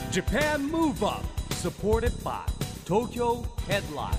Japan Move Up supported by Tokyo Headline。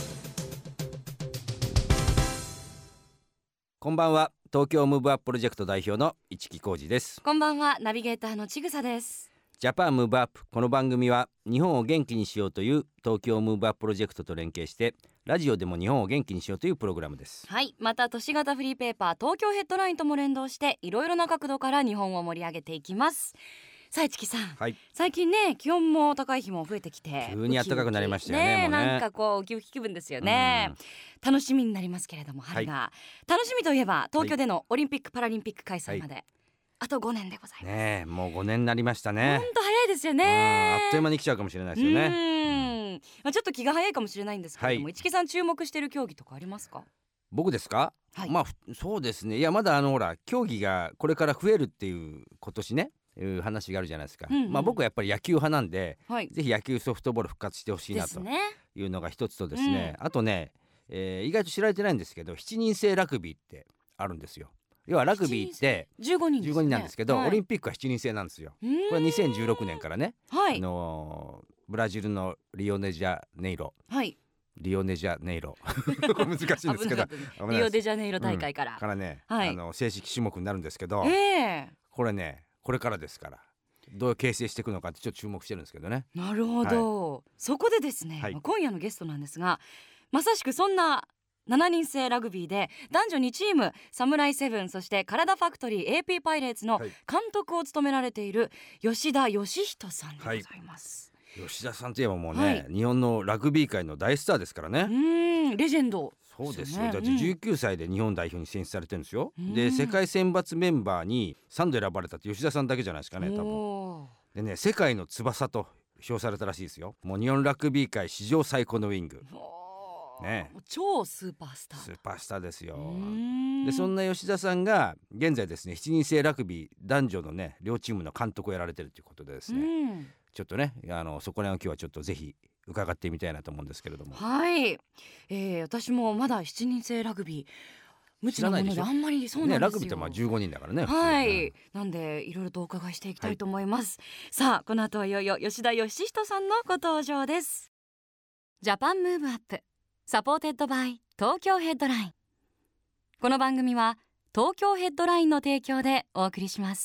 こんばんは。東京ムーブアッププロジェクト代表の市木浩司です。 こんばんは。ナビゲーターのちぐさです。 ジャパンムーブアップ、この番組は日本を元気にしようという東京ムーブアッププロジェクトと連携してラジオでも日本を元気にしようというプログラムです。 はい、また都市型フリーペーパー東京ヘッドラインとも連動していろいろな角度から日本を盛り上げていきます。さあ市木さん、 はい、 最近ね気温も高い日も増えてきて急に暖かくなりましたよね。もうね、 なんかこうウキウキ気分ですよね。楽しみになりますけれども春が、楽しみといえば東京でのオリンピック・パラリンピック開催まで、あと5年でございますね。もう5年になりましたね。 ほんと早いですよね。 あっという間に来ちゃうかもしれないですよね。 ちょっと気が早いかもしれないんですけれども、市木さん注目している競技とかありますか？ 僕ですか？まあそうですね。いやまだほら競技がこれから増えるっていう今年ねいう話があるじゃないですか。僕はやっぱり野球派なんで、ぜひ野球ソフトボール復活してほしいなというのが一つとですね、あとね、意外と知られてないんですけど7人制ラグビーってあるんですよ。要はラグビーって 15人ですね。 15人なんですけど、オリンピックは7人制なんですよ。これは2016年からね、ブラジルのリオデジャネイロ、リオデジャネイロこれ難しいんですけどリオデジャネイロ大会からね、正式種目になるんですけど、これねこれからですからどう形成していくのかってちょっと注目してるんですけどね。 なるほど、そこでですね、今夜のゲストなんですが、まさしくそんな7人制ラグビーで男女2チームサムライセブン、そしてカラダファクトリー AP パイレーツの監督を務められている吉田義人さんでございます。 吉田さんといえばもうね、日本のラグビー界の大スターですからね。 レジェンド。 そうですよ。だって19歳で日本代表に選出されてるんですよ。で世界選抜メンバーに3度選ばれたって吉田さんだけじゃないですかね多分。でね、世界の翼と評されたらしいですよ。もう日本ラグビー界史上最高のウィングね、 超スーパースターですよ。でそんな吉田さんが現在ですね7人制ラグビー男女のね両チームの監督をやられてるということでですね、ちょっとねそこら辺を今日はちょっとぜひ伺ってみたいなと思うんですけれども。 私もまだ7人制ラグビー無知なものであんまり。そうなんですよ、 ラグビーってまあ15人だからね。 なんでいろいろとお伺いしていきたいと思います。さあこの後はいよいよ吉田義人さんのご登場です。ジャパンムーブアップサポーテッドバイ東京ヘッドライン。この番組は東京ヘッドラインの提供でお送りします。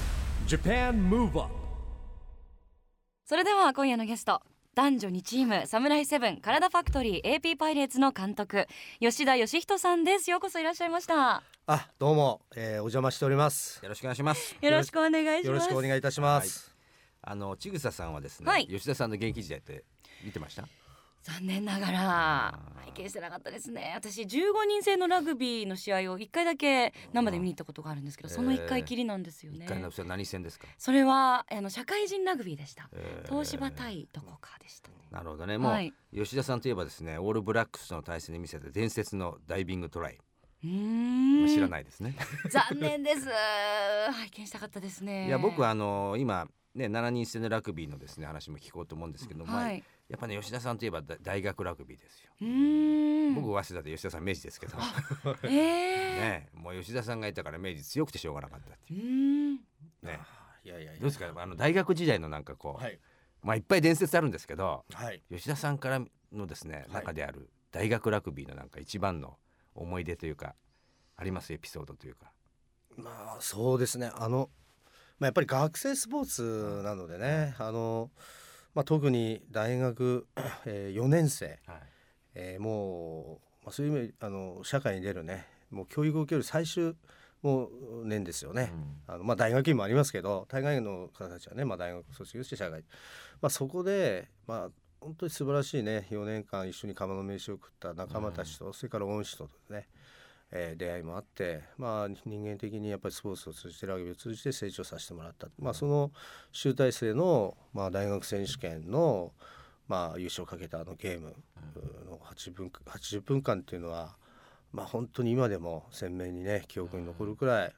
Japan Move Up。 それでは今夜のゲスト、男女2チームサムライセブンカラダファクトリー AP パイレーツの監督吉田義人さんです。ようこそいらっしゃいました。 どうも、お邪魔しております。 よろしくお願いします。 よろしくお願いします。 よろしくお願いいたします。 ちぐささんはですね、吉田さんの現役時代って見てました？ 残念ながら拝見してなかったですね。私15人制のラグビーの試合を1回だけ生で見に行ったことがあるんですけど、その1回きりなんですよね。 1回のそれは何戦ですか？ それは社会人ラグビーでした。東芝対どこかでしたね。 なるほどね。もう吉田さんといえばですねオールブラックスとの対戦で見せた伝説のダイビングトライ、知らないですね。 残念です拝見したかったですね。 いや僕は今ね7人制のラグビーのですね話も聞こうと思うんですけども、やっぱね吉田さんといえば大学ラグビーですよ。僕早稲田で吉田さん明治ですけどね、もう吉田さんがいたから明治強くてしょうがなかったっていうね。どうですか大学時代のなんかこう、いっぱい伝説あるんですけど、吉田さんからのですね中である大学ラグビーのなんか一番の思い出というかあります？エピソードというか。 そうですね、やっぱり学生スポーツなのでね、特に大学、4年生、もう、そういう意味社会に出るねもう教育を受ける最終年ですよね。大学院もありますけど大概の方たちはね、大学卒業して社会、そこで本当に素晴らしいね4年間一緒に釜の飯を食った仲間たちと、それから恩師とね、出会いもあって、人間的にやっぱりスポーツを通じてラグビーを通じて成長させてもらった、その集大成の、大学選手権の、優勝をかけたゲームの80分間っていうのは、本当に今でも鮮明にね記憶に残るくらい、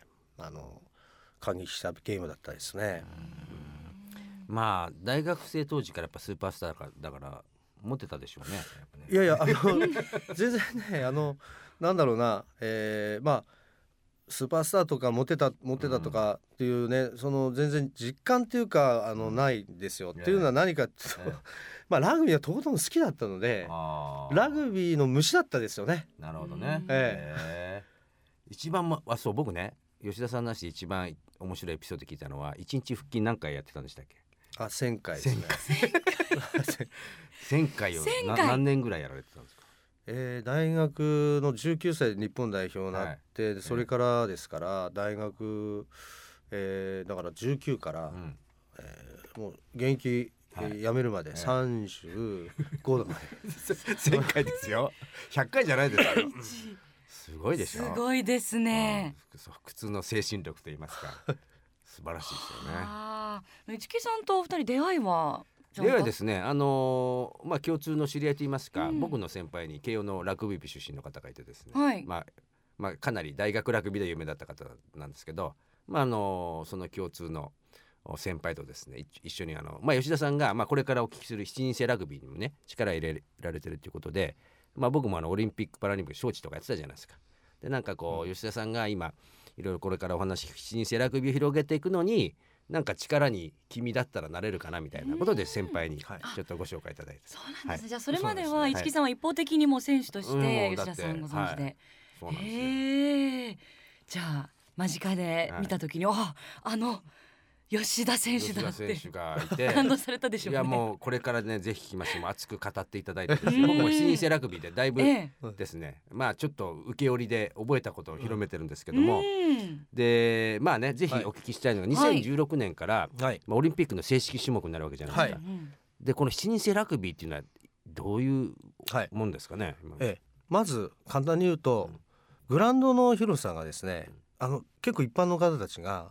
感激したゲームだったですね。 大学生当時からやっぱスーパースターだから持ってたでしょうね。 いや全然ねなんだろうな、 スーパースターとかモテたとかっていうね、その全然実感っていうかないんですよ。っていうのは何かっていうと、まあラグビーはとことん好きだったので、ラグビーの虫だったですよね。 なるほどね。一番そう僕ね、吉田さんなしで一番面白いエピソード聞いたのは、1日腹筋何回やってたんでしたっけ ？1000回ですね。 1000回を何年ぐらいやられてたんですか？ 大学の19歳で日本代表になって、それからですから大学、だから19から、もう現役辞めるまで35度まで 1000回ですよ。100回じゃないですよ。すごいでしょ。 すごいですね。 普通の精神力と言いますか素晴らしいですよね。 市木さんとお二人出会いはですね、共通の知り合いといいますか、僕の先輩に慶応のラグビー部出身の方がいてですね、かなり大学ラグビーで有名だった方なんですけど、その共通の先輩とですね一緒に吉田さんが、これからお聞きする7人制ラグビーにもね力入れられてるということで、僕もオリンピックパラリンピック招致とかやってたじゃないですか。でなんかこう、吉田さんが今いろいろこれからお話7人制ラグビーを広げていくのになんか力に君だったらなれるかなみたいなことで先輩にちょっとご紹介いただいて。 そうなんですね。じゃあそれまでは市木さんは一方的にも選手として吉田さんご存知で、 そうなんですよ。 じゃあ間近で見た時に、吉田選手だって吉田選手がいて感動されたでしょうね。 いやもうこれからねぜひ聞きましても熱く語っていただいてですね、僕も7人制ラグビーでだいぶですね、ちょっと受け売りで覚えたことを広めてるんですけども、でぜひお聞きしたいのが2016年から、オリンピックの正式種目になるわけじゃないですか。でこの7人制ラグビーっていうのはどういうもんですかね？ まず簡単に言うと、グラウンドの広さがですね、結構一般の方たちが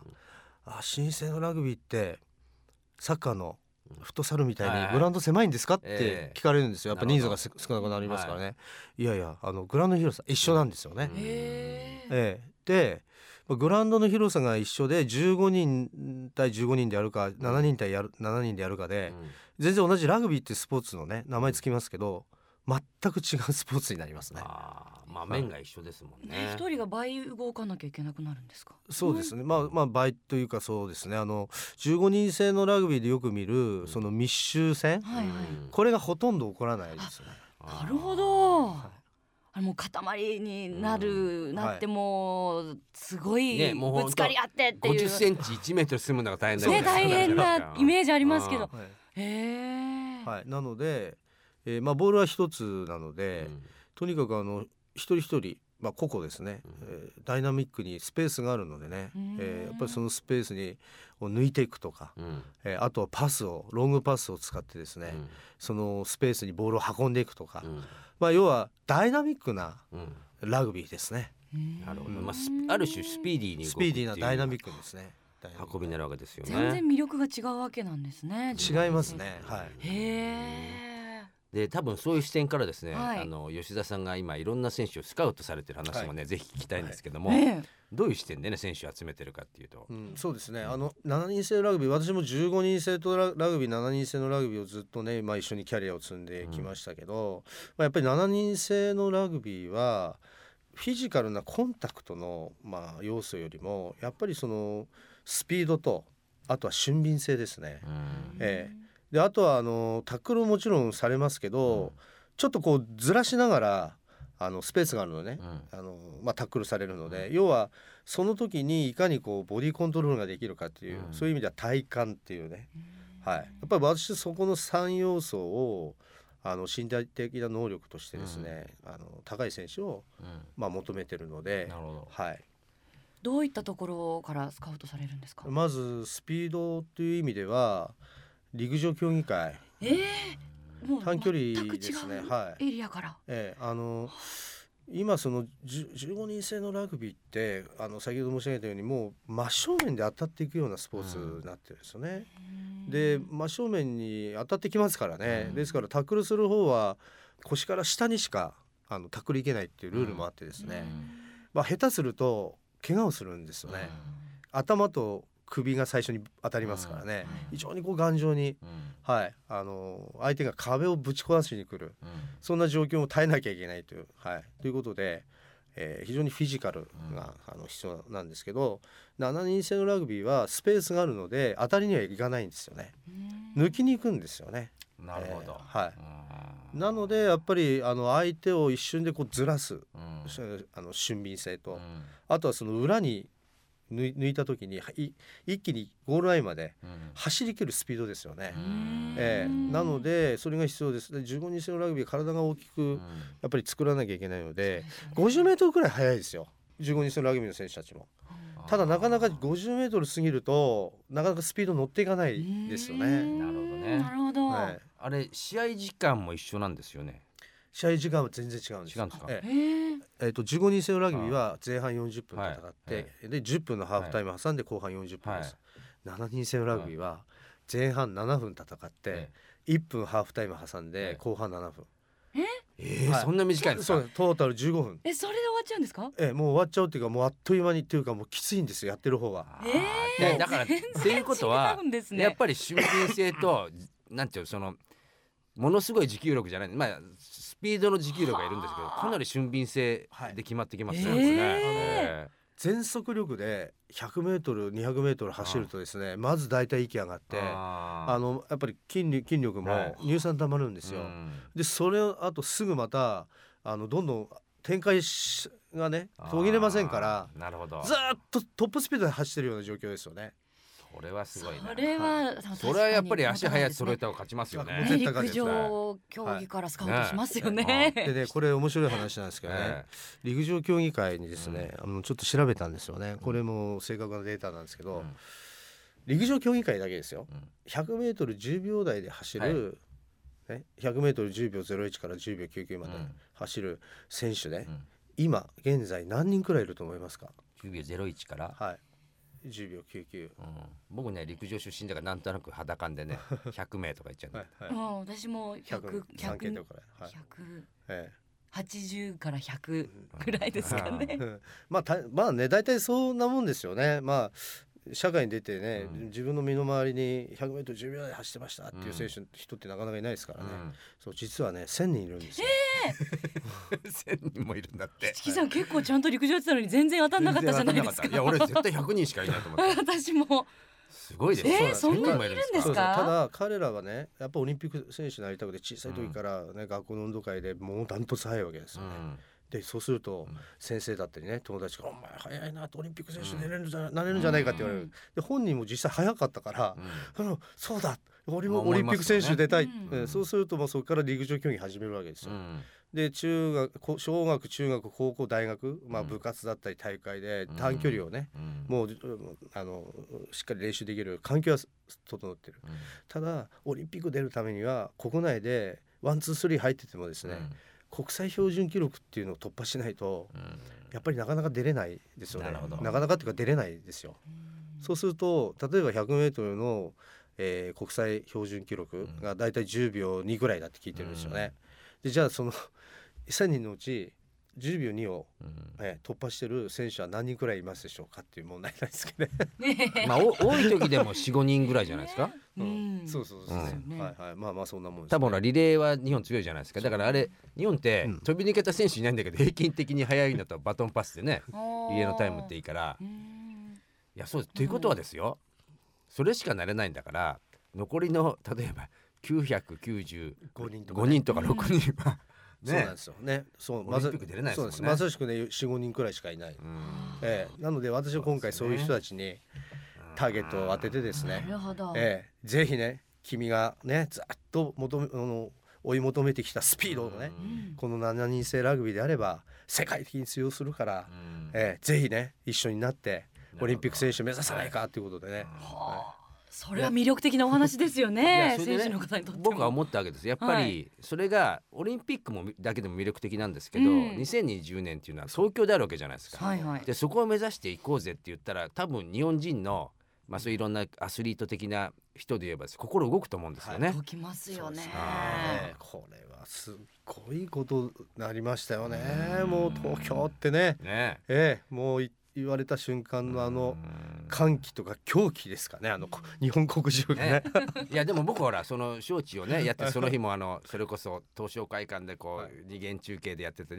7人制のラグビーってサッカーのフットサルみたいにグラウンド狭いんですかって聞かれるんですよ。やっぱ人数が少なくなりますからね。いやいやグラウンドの広さ一緒なんですよね。でグラウンドの広さが一緒で15人対15人でやるか7人対7人でやるかで、全然同じラグビーってスポーツのね名前つきますけど全く違うスポーツになりますね。 面が一緒ですもんね。 一人が倍動かなきゃいけなくなるんですか？ そうですね。倍というかそうですね。15人制のラグビーでよく見るその密集戦、これがほとんど起こらないですね。 なるほど。もう塊になってもうすごいぶつかり合ってっていう、 50センチ1メートル進むのが大変だよね。 大変なイメージありますけど、 なので、ボールは一つなので、とにかく一人一人、個々ですね、ダイナミックにスペースがあるのでね、やっぱりそのスペースに抜いていくとか、あとはロングパスを使ってですね、そのスペースにボールを運んでいくとか、要はダイナミックなラグビーですね。 なるほど。ある種スピーディーに動くっていう、 スピーディーなダイナミックですね。 運びになるわけですよね。 全然魅力が違うわけなんですね。 違いますね。 で多分そういう視点からですね、吉田さんが今いろんな選手をスカウトされてる話もね、ぜひ聞きたいんですけども、どういう視点でね選手を集めてるかっていうと、 そうですね。7人制ラグビー、私も15人制とラグビー7人制のラグビーをずっとね、一緒にキャリアを積んできましたけど、やっぱり7人制のラグビーはフィジカルなコンタクトの、要素よりもやっぱりそのスピードと、あとは俊敏性ですね。であとはタックルももちろんされますけど、ちょっとこうずらしながらスペースがあるのでね、タックルされるので、要はその時にいかにこうボディコントロールができるかっていう、そういう意味では体幹っていうね、やっぱり私そこの3要素を身体的な能力としてですね、高い選手を、求めてるので。 どういったところからスカウトされるんですか？ まずスピードという意味では陸上競技会、短距離ですね。 エリアから、 今その15人制のラグビーって先ほど申し上げたようにもう真正面で当たっていくようなスポーツになってるんですよね。で真正面に当たってきますからね。ですからタックルする方は腰から下にしかタックルいけないっていうルールもあってですね、下手すると怪我をするんですよね。頭と首が最初に当たりますからね、非常にこう頑丈に、相手が壁をぶち壊しに来る、そんな状況を耐えなきゃいけないという、ということで、 非常にフィジカルが、必要なんですけど、7人制のラグビーはスペースがあるので当たりにはいかないんですよね。抜きに行くんですよね。 なるほど、 はい、なのでやっぱり相手を一瞬でこうずらす、俊敏性と、あとはその裏に抜いた時に一気にゴールラインまで走り切るスピードですよね。なのでそれが必要です。で15人制のラグビー体が大きくやっぱり作らなきゃいけないので、50メートルくらい速いですよ、15人制のラグビーの選手たちも。ただなかなか50メートル過ぎるとなかなかスピード乗っていかないですよね。 なるほどね。 なるほど、 はい、あれ試合時間も一緒なんですよね。 試合時間は全然違うんです。 違うんですか。 15人制のラグビーは前半40分戦って、で10分のハーフタイム挟んで後半40分です。7人制のラグビーは前半7分戦って、1分ハーフタイム挟んで後半7分。 そんな短いんですか。 そう、トータル15分。 それで終わっちゃうんですか。 もう終わっちゃうっていうか、もうあっという間にっていうか、もうきついんですよ、やってる方は。 だからっていうことは、やっぱり俊敏性となんていうそのものすごい持久力じゃない、スピードの持久力がいるんですけど、かなり俊敏性で決まってきますね。 全速力で100メートル200メートル走るとですね、まず大体息上がって、やっぱり筋力も乳酸溜まるんですよ。でそれをあとすぐまたどんどん展開がね途切れませんから、 なるほど、 ずっとトップスピードで走ってるような状況ですよね。 これはすごいね。 それはやっぱり足速い揃えた方が勝ちますよね。 陸上競技からスカウトしますよね。 でね、これ面白い話なんですけどね、陸上競技会にですね、ちょっと調べたんですよね。これも正確なデータなんですけど、陸上競技会だけですよ、100メートル10秒台で走る、100メートル10秒01から10秒99まで走る選手ね、今現在何人くらいいると思いますか。 10秒01から、 10秒99、 僕ね陸上出身だからなんとなく肌感でね100名とか言っちゃうんだ私も100 とか、 180から100くらいですかね。 まあね、大体そんなもんですよね。社会に出てね、自分の身の回りに 100m 10秒で走ってましたっていう選手、人ってなかなかいないですからね、そう実はね1000人いるんですよ。 1000人もいるんだって。 七木さん結構ちゃんと陸上やってたのに全然当たんなかったじゃないですか。 いや俺絶対100人しかいないと思って私もすごいですそんなにいるんですか。 ただ彼らはねやっぱオリンピック選手になりたくて小さい時からね、学校の運動会でもうダントツ早いわけですよね。でそうすると先生だったりね友達がお前早いなとオリンピック選手になれるんじゃないかって言われる。で本人も実際早かったから、そうだ俺もオリンピック選手出たい、そうするとそこから陸上競技始めるわけですよ。で小学中学高校大学、部活だったり大会で短距離をね、もうしっかり練習できる環境は整ってる。ただオリンピック出るためには国内で1、2、3入っててもですね、国際標準記録っていうのを突破しないと、やっぱりなかなか出れないですよね。なかなかっていうか出れないですよ。そうすると例えば 100m の、国際標準記録がだいたい10秒2ぐらいだって聞いてるんですよね。でじゃあその1000人のうち10秒2を、突破してる選手は何人くらいいますでしょうかっていう問題なんですけどね。 多い時でも 4,5 人ぐらいじゃないですか。 そうそんなもんです、ね。 多分リレーは日本強いじゃないですか。だからあれ日本って飛び抜けた選手いないんだけど、平均的に速いのとバトンパスでねリレーのタイムっていいから、いやそうですということはですよ、それしかなれないんだから残りの例えば995人とか6人はそうなんですよね。 オリンピック出れないですもんね。 まさしくね 4,5 人くらいしかいない。なので私は今回そういう人たちにターゲットを当ててですね、ぜひね君がねずっと追い求めてきたスピードをね、この7人制ラグビーであれば世界的に通用するから、ぜひね一緒になってオリンピック選手目指さないかということでね。 それは魅力的なお話ですよね。選手の方にとって僕は思ったわけです。やっぱりそれがオリンピックだけでも魅力的なんですけど、2020年っていうのは東京であるわけじゃないですか。でそこを目指していこうぜって言ったら多分日本人のそういろんなアスリート的な人で言えば心動くと思うんですよね。 動きますよね。 これはすっごいことになりましたよね。もう東京ってね、もう言われた瞬間の歓喜とか狂気ですかね、日本国中がね。 いやでも僕ほらその招致をねやってその日もそれこそ東証会館でこう二元中継でやっててね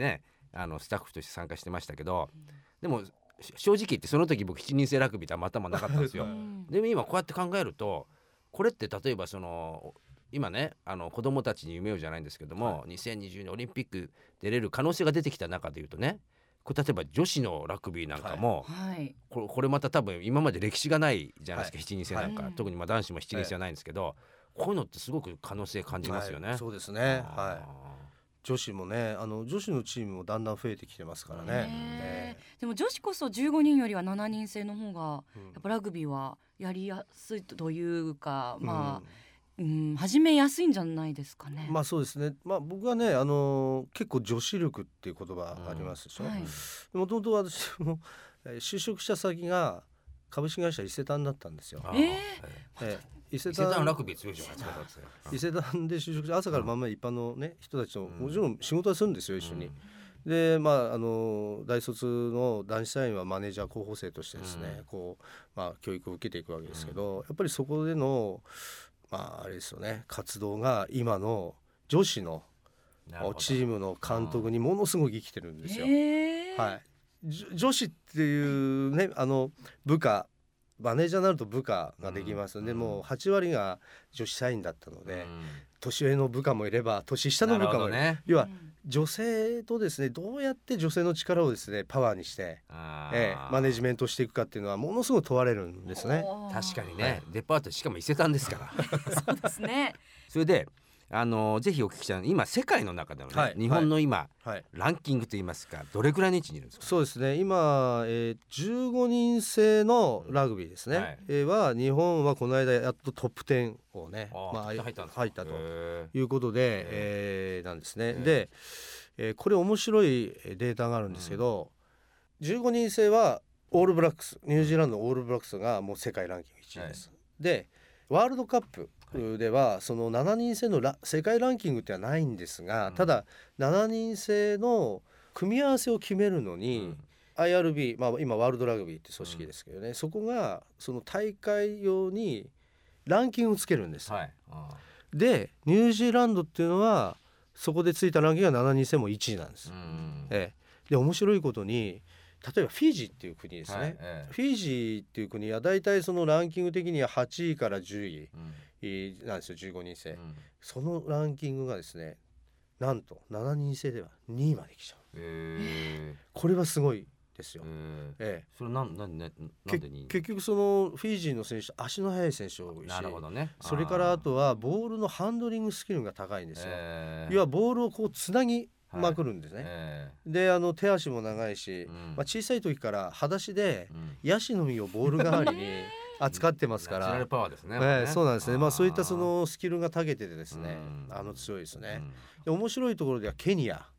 スタッフとして参加してましたけど、でも正直言ってその時僕7人制ラグビーって頭なかったんですよ。でも今こうやって考えると、これって例えば今ね子供たちに夢をじゃないんですけども、2020年オリンピック出れる可能性が出てきた中でいうとね、これ例えば女子のラグビーなんかも、これまた多分今まで歴史がないじゃないですか、7人制なんか、特に男子も7人制はないんですけど、こういうのってすごく可能性感じますよね。 そうですね。女子もね、女子のチームもだんだん増えてきてますからね。 でも女子こそ15人よりは7人制の方がやっぱラグビーはやりやすいというか、始めやすいんじゃないですかね。 そうですね。僕はね、結構女子力っていう言葉ありますでしょ。もともと私も就職した先が株式会社伊勢丹だったんですよ。伊勢丹ラグビー強いじゃないですか。 伊勢丹で就職して朝から晩まで一般のね人たちともちろん仕事はするんですよ、一緒に。で大卒の男子社員はマネージャー候補生としてですね、教育を受けていくわけですけど、やっぱりそこでのあれですよね、活動が今の女子のチームの監督にものすごく生きてるんですよ。女子っていうね、部下マネージャーになると部下ができますので、もう8割が女子社員だったので、年上の部下もいれば年下の部下もいる、要は女性とですね、どうやって女性の力をですねパワーにして、マネジメントしていくかっていうのはものすごく問われるんですね。 確かにね、デパートしかも伊勢丹ですからそうですね。 それでぜひお聞きしたいのは、今世界の中でのね、日本の今、ランキングといいますか、どれくらいの位置にいるんですか？ そうですね、今、15人制のラグビーですね、は日本はこの間やっとトップ10をね入ったということで、なんですね。で、これ面白いデータがあるんですけど、15人制はオールブラックス、ニュージーランドのオールブラックスがもう世界ランキング1位です。でワールドカップではその7人制の世界ランキングってはないんですが、ただ7人制の組み合わせを決めるのに、IRB、今ワールドラグビーって組織ですけどね、そこがその大会用にランキングをつけるんです。でニュージーランドっていうのはそこでついたランキングが7人制も1位なんです。で面白いことに、例えばフィジーっていう国ですね、フィジーっていう国はだいたいそのランキング的には8位から10位なんですよ、15人制、そのランキングがですね、なんと7人制では2位まで来ちゃう。これはすごいですよ。 それなんで2位？ 結局そのフィジーの選手、足の速い選手多いし、 なるほどね。 それからあとはボールのハンドリングスキルが高いんですよ。要はボールをこうつなぎまくるんですね。で手足も長いし、小さい時から裸足でヤシの実をボール代わりに扱ってますから、 ナチュラルパワーですね。 そうなんですね。そういったそのスキルが長けててですね、強いですね。で面白いところではケニアは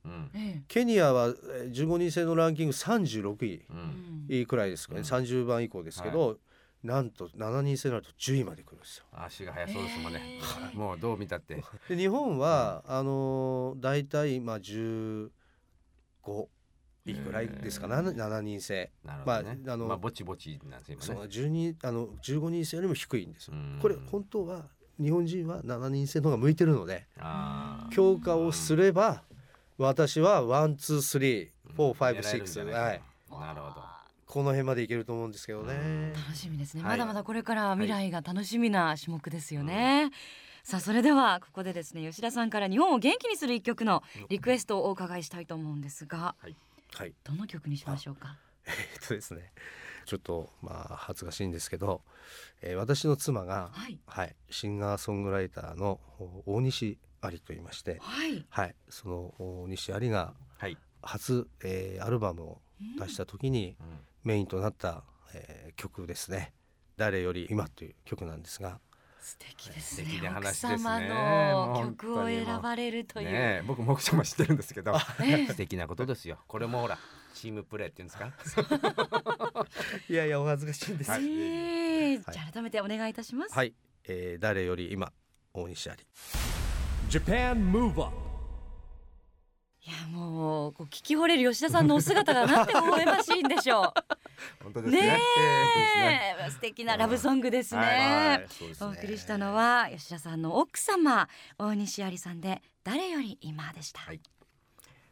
15人制のランキング36位くらいですかね、30番以降ですけど、なんと7人制になると10位まで来るんですよ。 足が速そうですもんね。もうどう見たって。 で日本はだいたい15位くらいですか、7人制。 ぼちぼちなんですよね。 15人制よりも低いんですよ。これ本当は日本人は7人制の方が向いてるので、強化をすれば私は1、2、3、4、5、6、 なるほど。 この辺までいけると思うんですけどね。 楽しみですね。まだまだこれから未来が楽しみな種目ですよね。さあそれではここでですね、吉田さんから日本を元気にする一曲のリクエストをお伺いしたいと思うんですが、どの曲にしましょうか？ ですね、ちょっと恥ずかしいんですけど、私の妻が、シンガーソングライターの大西ありと言いまして、その大西ありが初、アルバムを出した時にメインとなった、曲ですね。誰より今という曲なんですが、 素敵ですね。奥様の曲を選ばれるという、 僕も奥様知ってるんですけど、素敵なことですよ。これもほらチームプレーっていうんですか。 いやいやお恥ずかしいんです。 じゃあ改めてお願いいたします。 誰より今、大西あり。 Japan Move Up。 いやもう聞き惚れる吉田さんのお姿がなんて微笑ましいんでしょう。 本当ですね。 素敵なラブソングですね。お送りしたのは吉田さんの奥様大西ありさんで誰より今でした。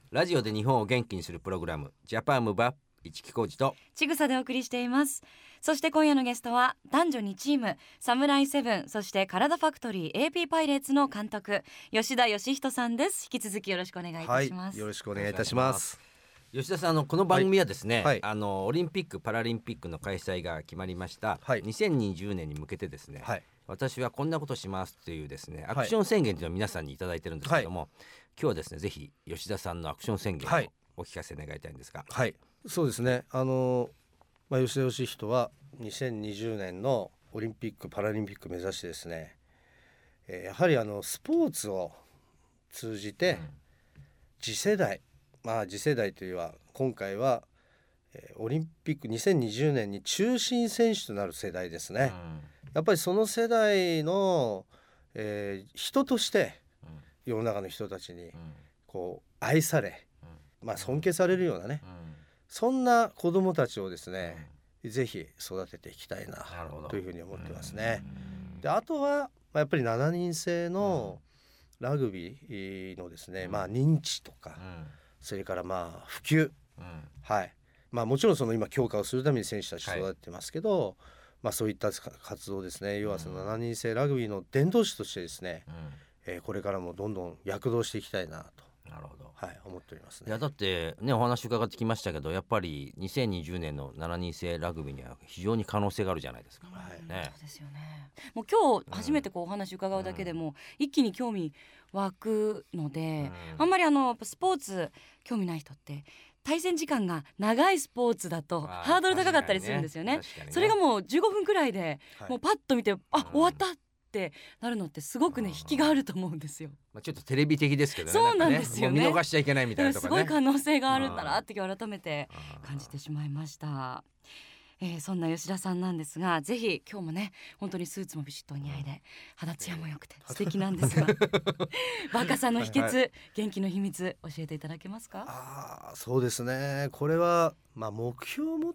ラジオで日本を元気にするプログラムジャパンムーブアップ、市木浩二とちぐさでお送りしています。そして今夜のゲストは男女2チームサムライセブン、そしてカラダファクトリー AP パイレーツの監督吉田義人さんです。引き続きよろしくお願いいたします。 はい、よろしくお願いいたします。 吉田さん、この番組はですね、 はいオリンピックパラリンピックの開催が決まりました、 はい、 2020年に向けてですね、はい、私はこんなことしますっていうですねアクション宣言というのを皆さんにいただいてるんですけども、はい、今日はですねぜひ吉田さんのアクション宣言をお聞かせ願いたいんですが。 はい、そうですね、吉田義人は2020年のオリンピックパラリンピック目指してですね、やはりスポーツを通じて次世代、次世代というのは今回は、オリンピック2020年に中心選手となる世代ですね、やっぱりその世代の、人として世の中の人たちにこう愛され、尊敬されるようなね、そんな子どもたちをですね、ぜひ育てていきたいなというふうに思ってますね。であとは、やっぱり7人制のラグビーのですね、認知とか、それから普及、はい、もちろんその今強化をするために選手たち育ててますけど、そういった活動ですね、要はその7人制ラグビーの伝道師としてですね、これからもどんどん躍動していきたいなと、 なるほど、 思っておりますね。 いやだってね、お話伺ってきましたけど、やっぱり2020年の7人制ラグビーには非常に可能性があるじゃないですか、ね、 そうですよね。もう今日初めてお話伺うだけでも、一気に興味湧くので、あんまりスポーツ興味ない人って対戦時間が長いスポーツだとハードル高かったりするんですよね。それがもう15分くらいで、もうパッと見て終わったってなるのってすごくね、引きがあると思うんですよ。 ちょっとテレビ的ですけどね。 そうなんですよね。 見逃しちゃいけないみたいなとかね、 すごい可能性があるんだなって改めて感じてしまいました。そんな吉田さんなんですが、ぜひ今日もね、本当にスーツもビシッとお似合いで肌ツヤも良くて素敵なんですが若さの秘訣、元気の秘密教えていただけますか？ そうですね、これは目標を持って、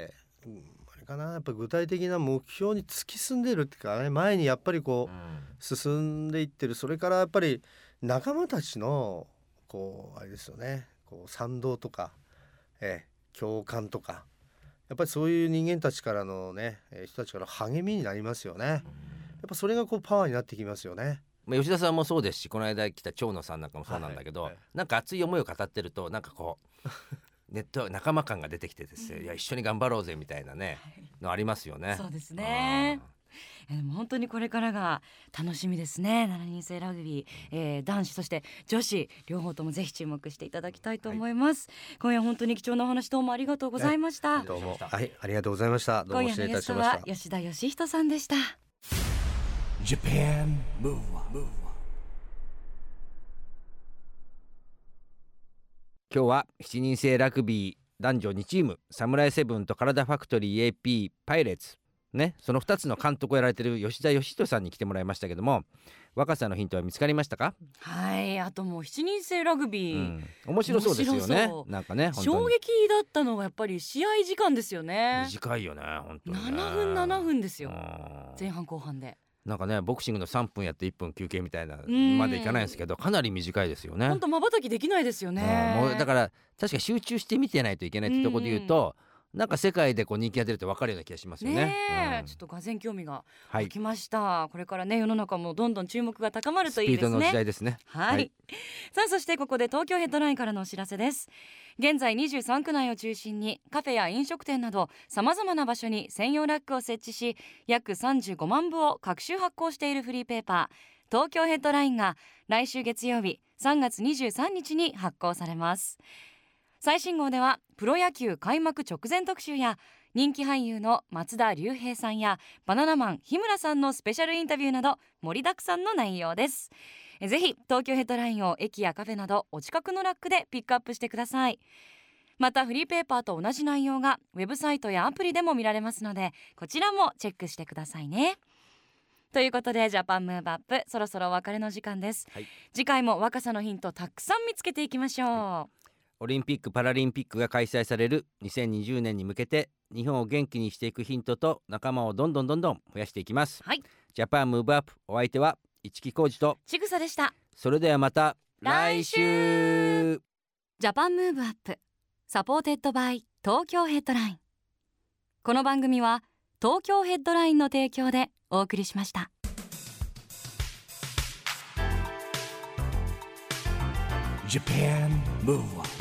あれかな、やっぱ具体的な目標に突き進んでいるっていうかね、前にやっぱり進んでいってる、それからやっぱり仲間たちのあれですよね、賛同とか、共感とか、やっぱりそういう人間たちからのね、人たちから励みになりますよね。やっぱそれがパワーになってきますよね。 吉田さんもそうですし、この間来た長野さんなんかもそうなんだけど、なんか熱い思いを語ってると、なんかネット仲間感が出てきてですね、いや一緒に頑張ろうぜみたいなね、のありますよね。 そうですね。でも本当にこれからが楽しみですね。7人制ラグビー、男子そして女子両方ともぜひ注目していただきたいと思います、今夜本当に貴重なお話どうもありがとうございました。 どうも、ありがとうございました。どうも失礼いたしました。 今夜のゲストは吉田義人さんでした。 Japan Move Up。 今日は7人制ラグビー男女2チームサムライセブンとカラダファクトリー AP パイレーツね、その2つの監督をやられている吉田義人さんに来てもらいましたけども、若さのヒントは見つかりましたか？ はい、あともう7人制ラグビー、 面白そうですよね。なんかね、 衝撃だったのがやっぱり試合時間ですよね。 短いよね、本当にね。 7分ですよ、前半後半で。 なんかね、ボクシングの3分やって1分休憩みたいなまでいかないんですけど、かなり短いですよね。 本当瞬きできないですよね。 もうだから確か集中して見てないといけないってところで言うと、なんか世界で人気が出るって分かるような気がしますよね。 ちょっとがぜん興味が湧きました、これからね、世の中もどんどん注目が高まるといいですね。 スピードの時代ですね。 はい、さあそしてここで東京ヘッドラインからのお知らせです。現在23区内を中心にカフェや飲食店などさまざまな場所に専用ラックを設置し、約35万部を各種発行しているフリーペーパー東京ヘッドラインが来週月曜日3月23日に発行されます。最新号ではプロ野球開幕直前特集や人気俳優の松田龍平さんやバナナマン日村さんのスペシャルインタビューなど盛りだくさんの内容です。ぜひ東京ヘッドラインを駅やカフェなどお近くのラックでピックアップしてください。またフリーペーパーと同じ内容がウェブサイトやアプリでも見られますので、こちらもチェックしてくださいね。ということでジャパンムーブアップ、そろそろお別れの時間です、次回も若さのヒントたくさん見つけていきましょう。 オリンピック・パラリンピックが開催される2020年に向けて日本を元気にしていくヒントと仲間をどんどん増やしていきます、ジャパンムーブアップ、お相手は市木浩二とちぐさでした。 それではまた来週。 ジャパンムーブアップサポーテッドバイ東京ヘッドライン。この番組は東京ヘッドラインの提供でお送りしました。 Japan Move Up